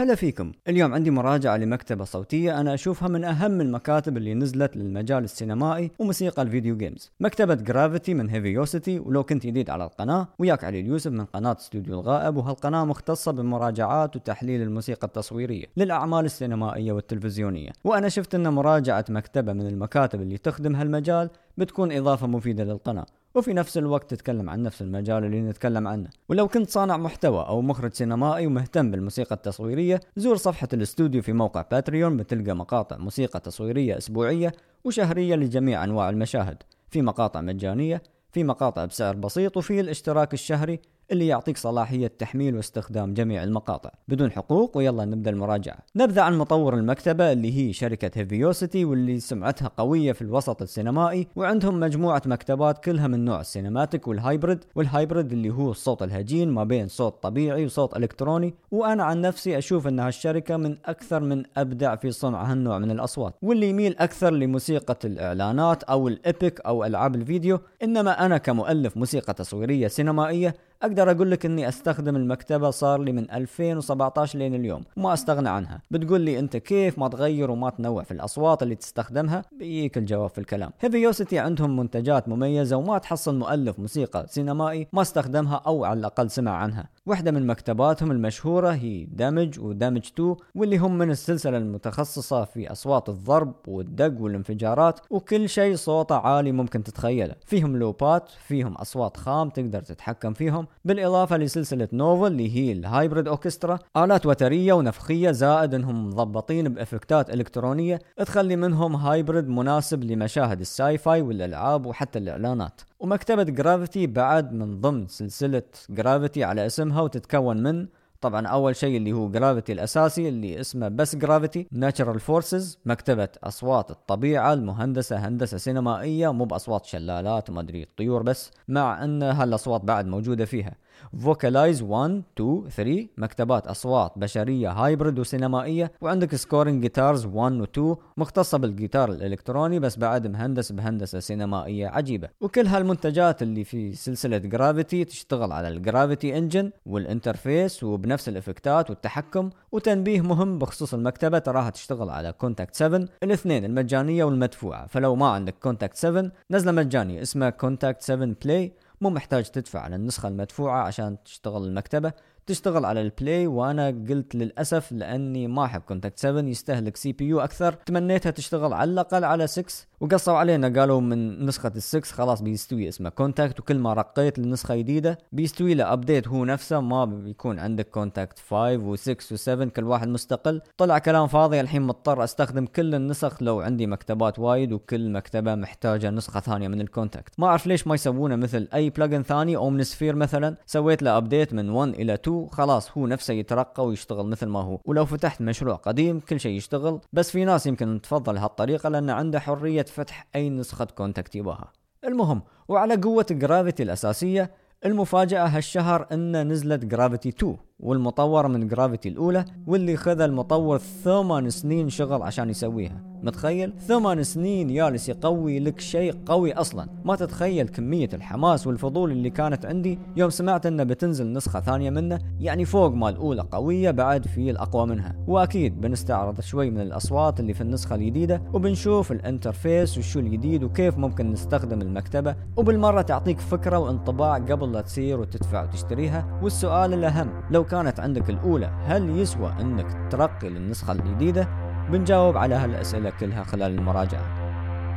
يا هلا فيكم. اليوم عندي مراجعة لمكتبة صوتية أنا أشوفها من أهم المكاتب اللي نزلت للمجال السينمائي وموسيقى الفيديو جيمز، مكتبة جرافيتي من هيفيوسيتي. ولو كنت جديد على القناة، وياك علي اليوسف من قناة استوديو الغائب، وهالقناة مختصة بمراجعات وتحليل الموسيقى التصويرية للأعمال السينمائية والتلفزيونية. وأنا شفت أن مراجعة مكتبة من المكاتب اللي تخدم هالمجال بتكون إضافة مفيدة للقناة، وفي نفس الوقت تتكلم عن نفس المجال اللي نتكلم عنه. ولو كنت صانع محتوى أو مخرج سينمائي ومهتم بالموسيقى التصويرية، زور صفحة الاستوديو في موقع باتريون، بتلقى مقاطع موسيقى تصويرية أسبوعية وشهرية لجميع أنواع المشاهد، في مقاطع مجانية، في مقاطع بسعر بسيط، وفي الاشتراك الشهري اللي يعطيك صلاحية تحميل واستخدام جميع المقاطع بدون حقوق. ويلا نبدأ المراجعة. نبدأ عن مطور المكتبة اللي هي شركة هيفيوسيتي، واللي سمعتها قوية في الوسط السينمائي، وعندهم مجموعة مكتبات كلها من نوع السينماتيك والهايبرد اللي هو الصوت الهجين ما بين صوت طبيعي وصوت إلكتروني. وأنا عن نفسي أشوف أن هالشركة من أكثر من أبدع في صنع هالنوع من الأصوات، واللي يميل أكثر لموسيقى الإعلانات أو الإبيك أو ألعاب الفيديو. إنما أنا كمؤلف موسيقى تصويرية سينمائية أقدر أقول لك إني أستخدم المكتبة صار لي من 2017 لين اليوم وما أستغنى عنها. بتقول لي أنت كيف ما تغير وما تنوع في الأصوات اللي تستخدمها؟ بيك الجواب في الكلام. هيفيوسيتي عندهم منتجات مميزة، وما تحصل مؤلف موسيقى سينمائي ما استخدمها أو على الأقل سمع عنها. واحدة من مكتباتهم المشهورة هي دامج ودامج 2، واللي هم من السلسلة المتخصصة في أصوات الضرب والدق والانفجارات، وكل شيء صوته عالي ممكن تتخيله. فيهم لوبات، فيهم أصوات خام تقدر تتحكم فيهم، بالإضافة لسلسلة نوفل اللي هي الهايبرد أوركسترا، آلات وترية ونفخية، زائد أنهم مضبطين بإفكتات إلكترونية تخلي منهم هايبرد مناسب لمشاهد الساي فاي والألعاب وحتى الإعلانات. ومكتبة جرافيتي بعد من ضمن سلسلة جرافيتي على اسمها، وتتكون من طبعا أول شيء اللي هو جرافيتي الأساسي اللي اسمه بس جرافيتي ناتشرال فورسز، مكتبة أصوات الطبيعة المهندسة هندسة سينمائية، مو بأصوات شلالات وما أدري طيور بس، مع أن هالأصوات بعد موجودة فيها. فوكالايز 1 2 3 مكتبات أصوات بشرية هايبرد وسينمائية. وعندك سكورينج جيتارز 1 و 2 مختصة بالجيتار الإلكتروني بس بعد مهندس بهندسة سينمائية عجيبة. وكل هالمنتجات اللي في سلسلة جرافيتي تشتغل على الجرافيتي انجن والانترفيس وبنفس الإفكتات والتحكم. وتنبيه مهم بخصوص المكتبة، تراها تشتغل على كونتاكت 7، الاثنين المجانية والمدفوعة. فلو ما عندك كونتاكت 7 نزله مجاني اسمه كونتاكت 7 بلاي، مو محتاج تدفع على النسخة المدفوعة عشان تشتغل المكتبة، تشتغل على البلاي. وانا قلت للأسف لاني ما احب كونتاكت 7 يستهلك سي بي يو اكثر، تمنيتها تشتغل على الاقل على 6، وقصوا علينا قالوا من نسخة ال6 خلاص بيستوي اسمه كونتاكت، وكل ما رقيت للنسخة جديدة بيستوي له ابديت هو نفسه، ما بيكون عندك كونتاكت 5 و6 و7 كل واحد مستقل. طلع كلام فاضي، الحين مضطر استخدم كل النسخ لو عندي مكتبات وايد وكل مكتبة محتاجة نسخة ثانية من الكونتاكت. ما اعرف ليش ما يسوونه مثل اي بلجن ثاني. اومنسفير مثلا سويت له ابديت من 1 الى 2 خلاص هو نفسه يترقى ويشتغل مثل ما هو. ولو فتحت مشروع قديم كل شيء يشتغل، بس في ناس يمكن تفضل هالطريقة لأن عنده حرية فتح أي نسخة كونتاكت يباها. المهم، وعلى قوة جرافيتي الأساسية، المفاجأة هالشهر إن نزلت جرافيتي 2، والمطور من جرافيتي الأولى، واللي خذ المطور 8 سنين شغل عشان يسويها. متخيل 8 سنين جالس يقوي لك شيء قوي أصلا؟ ما تتخيل كمية الحماس والفضول اللي كانت عندي يوم سمعت إنه بتنزل نسخة ثانية منه، يعني فوق ما الأولى قوية بعد في الأقوى منها. وأكيد بنستعرض شوي من الأصوات اللي في النسخة الجديدة، وبنشوف الانترفيس وشو الجديد وكيف ممكن نستخدم المكتبة، وبالمرة تعطيك فكرة وانطباع قبل لا تصير وتدفع وتشتريها. والسؤال الأهم، لو كانت عندك الأولى هل يسوى أنك ترقي للنسخة الجديدة؟ بنجاوب على هالأسئلة كلها خلال المراجعة.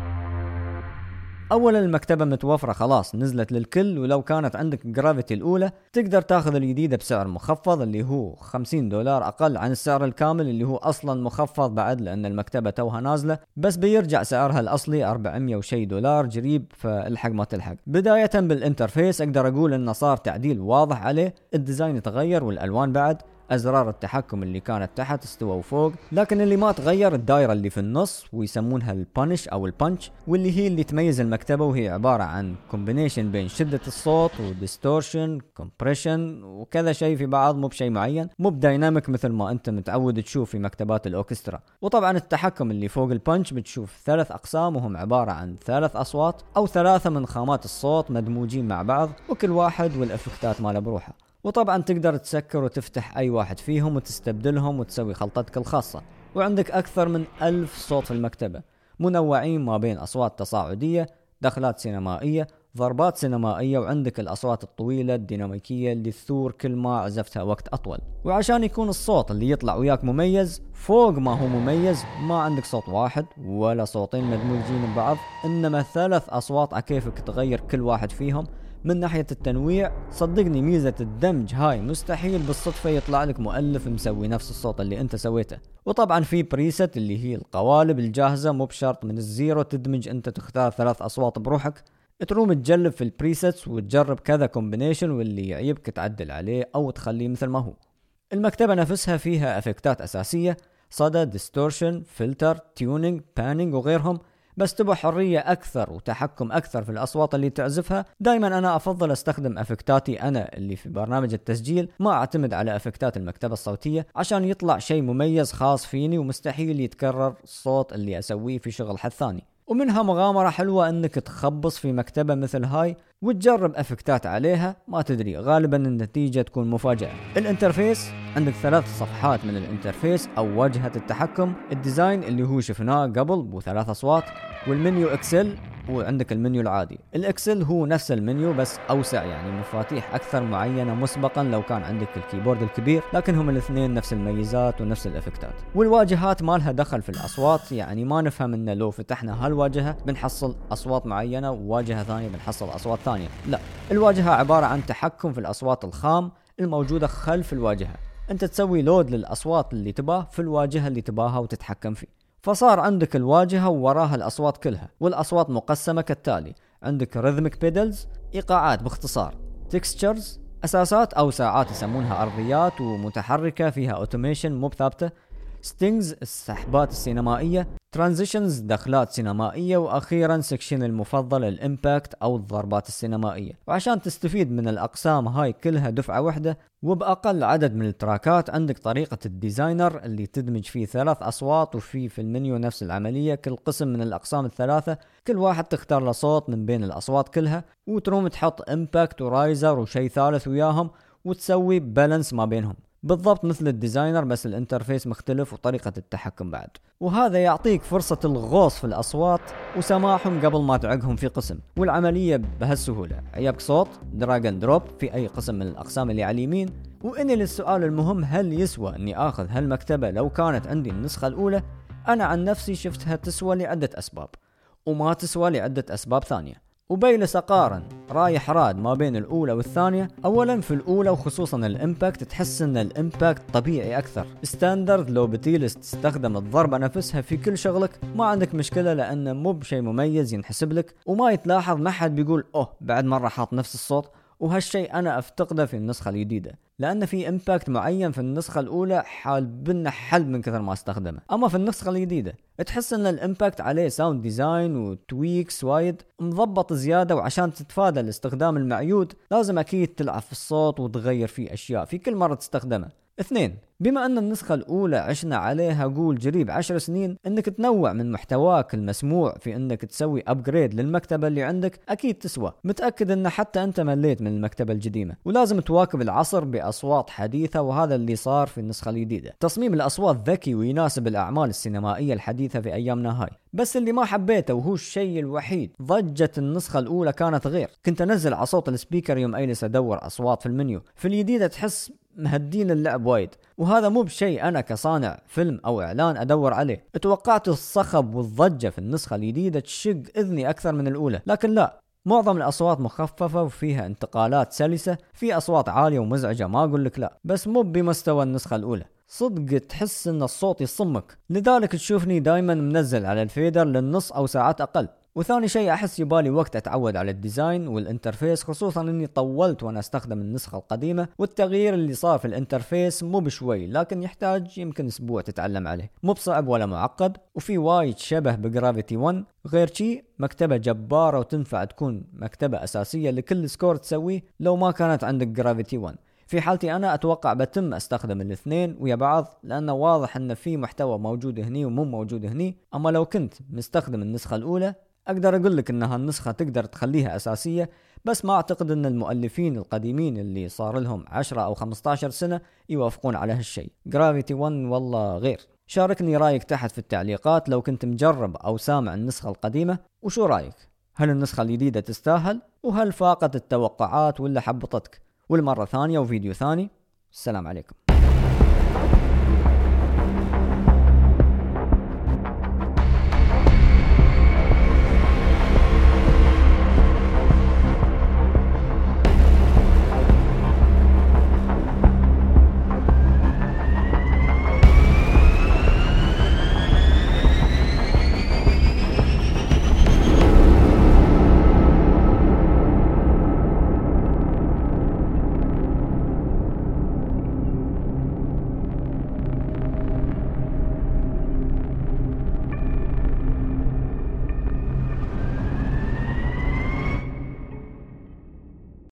أولا، المكتبة متوفرة خلاص، نزلت للكل، ولو كانت عندك جرافيتي الأولى تقدر تاخذ الجديدة بسعر مخفض اللي هو $50 أقل عن السعر الكامل اللي هو أصلا مخفض بعد لأن المكتبة توها نازلة، بس بيرجع سعرها الأصلي 400 وشي دولار جريب، فالحق ما تلحق. بداية بالانترفيس أقدر أقول إنه صار تعديل واضح عليه، الديزاين تغير والألوان بعد، أزرار التحكم اللي كانت تحت استوى وفوق، لكن اللي ما تغير الدائرة اللي في النص ويسمونها البانش أو البانش، واللي هي اللي تميز المكتبة، وهي عبارة عن كومبينيشن بين شدة الصوت وديستورشن كومبريشن وكذا شيء في بعض، مو بشيء معين، مو بدايناميك مثل ما أنت متعود تشوف في مكتبات الأوركسترا. وطبعا التحكم اللي فوق البانش بتشوف 3 أقسام، وهم عبارة عن 3 أصوات أو 3 من خامات الصوت مدموجين مع بعض، وكل واحد والإفكتات ماله بروحه. وطبعا تقدر تسكر وتفتح أي واحد فيهم وتستبدلهم وتسوي خلطتك الخاصة. وعندك أكثر من 1000 صوت في المكتبة، منوعين ما بين أصوات تصاعدية، دخلات سينمائية، ضربات سينمائية، وعندك الأصوات الطويلة الديناميكية اللي تثور كل ما عزفتها وقت أطول. وعشان يكون الصوت اللي يطلع وياك مميز فوق ما هو مميز، ما عندك صوت واحد ولا صوتين مدموجين ببعض، إنما 3 أصوات عكيفك تغير كل واحد فيهم. من ناحية التنويع صدقني ميزة الدمج هاي مستحيل بالصدفة يطلع لك مؤلف مسوي نفس الصوت اللي انت سويته. وطبعا في بريست اللي هي القوالب الجاهزة، مو بشرط من الزيرو تدمج، انت تختار 3 أصوات بروحك، تروم تجلب في البريسيتس وتجرب كذا كومبينيشن، واللي يعيبك تعدل عليه او تخليه مثل ما هو. المكتبة نفسها فيها افكتات اساسية، صدى، ديستورشن، فلتر، تيونينج، بانينج وغيرهم. بس تبغى حرية أكثر وتحكم أكثر في الأصوات اللي تعزفها، دايما أنا أفضل أستخدم أفكتاتي أنا اللي في برنامج التسجيل، ما أعتمد على أفكتات المكتبة الصوتية عشان يطلع شيء مميز خاص فيني ومستحيل يتكرر الصوت اللي أسويه في شغل حد ثاني. ومنها مغامرة حلوة انك تخبص في مكتبة مثل هاي وتجرب افكتات عليها، ما تدري غالبا النتيجة تكون مفاجأة. الانترفيس عندك 3 صفحات من الانترفيس او واجهة التحكم، الديزاين اللي هو شفناه قبل و3 اصوات، والمنيو اكسل، وعندك المنيو العادي. الاكسل هو نفس المنيو بس اوسع، يعني مفاتيح اكثر معينة مسبقا لو كان عندك الكيبورد الكبير، لكن هم الاثنين نفس الميزات ونفس الافكتات. والواجهات ما لها دخل في الاصوات، يعني ما نفهم ان لو فتحنا هالواجهة بنحصل اصوات معينة وواجهة ثانية بنحصل اصوات ثانية، لا، الواجهة عبارة عن تحكم في الاصوات الخام الموجودة خلف الواجهة، انت تسوي لود للاصوات اللي تباه في الواجهة اللي تباها وتتحكم فيه. فصار عندك الواجهة ووراها الأصوات كلها، والأصوات مقسمة كالتالي: عندك ريذميك بيدلز، إيقاعات باختصار، تكستشرز، أساسات أو ساعات يسمونها أرضيات ومتحركة فيها أوتوميشن مو بثابتة، ستينجز السحبات السينمائية، ترانزيشنز دخلات سينمائية، وأخيرا سكشن المفضل الإمباكت أو الضربات السينمائية. وعشان تستفيد من الأقسام هاي كلها دفعة واحدة وبأقل عدد من التراكات، عندك طريقة الديزاينر اللي تدمج فيه 3 أصوات، وفي المنيو نفس العملية، كل قسم من الأقسام ال3 كل واحد تختار له صوت من بين الأصوات كلها، وتروم تحط إمباكت ورايزر وشي ثالث وياهم وتسوي بالانس ما بينهم بالضبط مثل الديزاينر، بس الانترفيس مختلف وطريقة التحكم بعد. وهذا يعطيك فرصة الغوص في الأصوات وسماعهم قبل ما تعقهم في قسم، والعملية بهالسهولة. عيبك صوت دراج اند دروب في أي قسم من الأقسام اللي على اليمين. وإني للسؤال المهم، هل يسوى أني أخذ هالمكتبة لو كانت عندي النسخة الأولى؟ أنا عن نفسي شفتها تسوى لعدة أسباب، وما تسوى لعدة أسباب ثانية، وبيلس أقارن رايح راد ما بين الأولى والثانية. أولا في الأولى وخصوصا الإمباكت، تحس أن الإمباكت طبيعي أكثر، ستاندرد. لو بتيلس تستخدم الضربة نفسها في كل شغلك ما عندك مشكلة، لأنه مو بشيء مميز ينحسب لك وما يتلاحظ، ما حد بيقول أوه بعد مرة حاط نفس الصوت. وهالشيء أنا أفتقده في النسخة الجديدة، لأن في إمباكت معين في النسخة الأولى حال بنا حل من كثر ما استخدمه. أما في النسخة الجديدة تحس أن الإمباكت عليه ساوند ديزاين وتويكس وايد مضبط زيادة، وعشان تتفادى الاستخدام المعيود لازم أكيد تلعب في الصوت وتغير فيه أشياء في كل مرة تستخدمه. 2. بما أن النسخة الأولى عشنا عليها قول جريب 10 سنين، أنك تنوع من محتواك المسموع في أنك تسوي أبجريد للمكتبة اللي عندك أكيد تسوى. متأكد أن حتى أنت مليت من المكتبة القديمة ولازم تواكب العصر بأصوات حديثة، وهذا اللي صار في النسخة الجديدة. تصميم الأصوات ذكي ويناسب الأعمال السينمائية الحديثة في أيامنا هاي. بس اللي ما حبيته وهو الشيء الوحيد، ضجة النسخة الأولى كانت غير. كنت أنزل على صوت السبيكر يوم أجلس أدور أصوات في المنيو. في الجديدة تحس مهدين اللعب وايد، وهذا مو بشيء أنا كصانع فيلم أو إعلان أدور عليه. توقعت الصخب والضجة في النسخة الجديدة تشق إذني أكثر من الأولى، لكن لا، معظم الأصوات مخففة وفيها انتقالات سلسة. في أصوات عالية ومزعجة ما أقول لك لا، بس مو بمستوى النسخة الأولى. صدق تحس ان الصوت يصمك، لذلك تشوفني دايما منزل على الفيدر للنص او ساعات اقل. وثاني شيء احس يبالي وقت اتعود على الديزاين والانترفيس، خصوصا اني طولت وانا استخدم النسخة القديمة، والتغيير اللي صار في الانترفيس مو بشوي، لكن يحتاج يمكن اسبوع تتعلم عليه، مو بصعب ولا معقد، وفي وايد شبه بجرافيتي 1. غير شي مكتبة جبارة وتنفع تكون مكتبة اساسية لكل سكور تسويه لو ما كانت عندك جرافيتي 1. في حالتي أنا أتوقع بتم أستخدم الاثنين ويا بعض، لأنه واضح أن في محتوى موجود هني ومو موجود هني. أما لو كنت مستخدم النسخة الأولى أقدر أقول لك إن هالنسخة تقدر تخليها أساسية، بس ما أعتقد إن المؤلفين القديمين اللي صار لهم 10 أو 15 سنة يوافقون على هالشيء. Gravity 1 والله غير. شاركني رأيك تحت في التعليقات لو كنت مجرب أو سامع النسخة القديمة، وشو رأيك؟ هل النسخة الجديدة تستاهل؟ وهل فاقت التوقعات ولا حبطتك؟ والمرة ثانية وفيديو ثاني. السلام عليكم.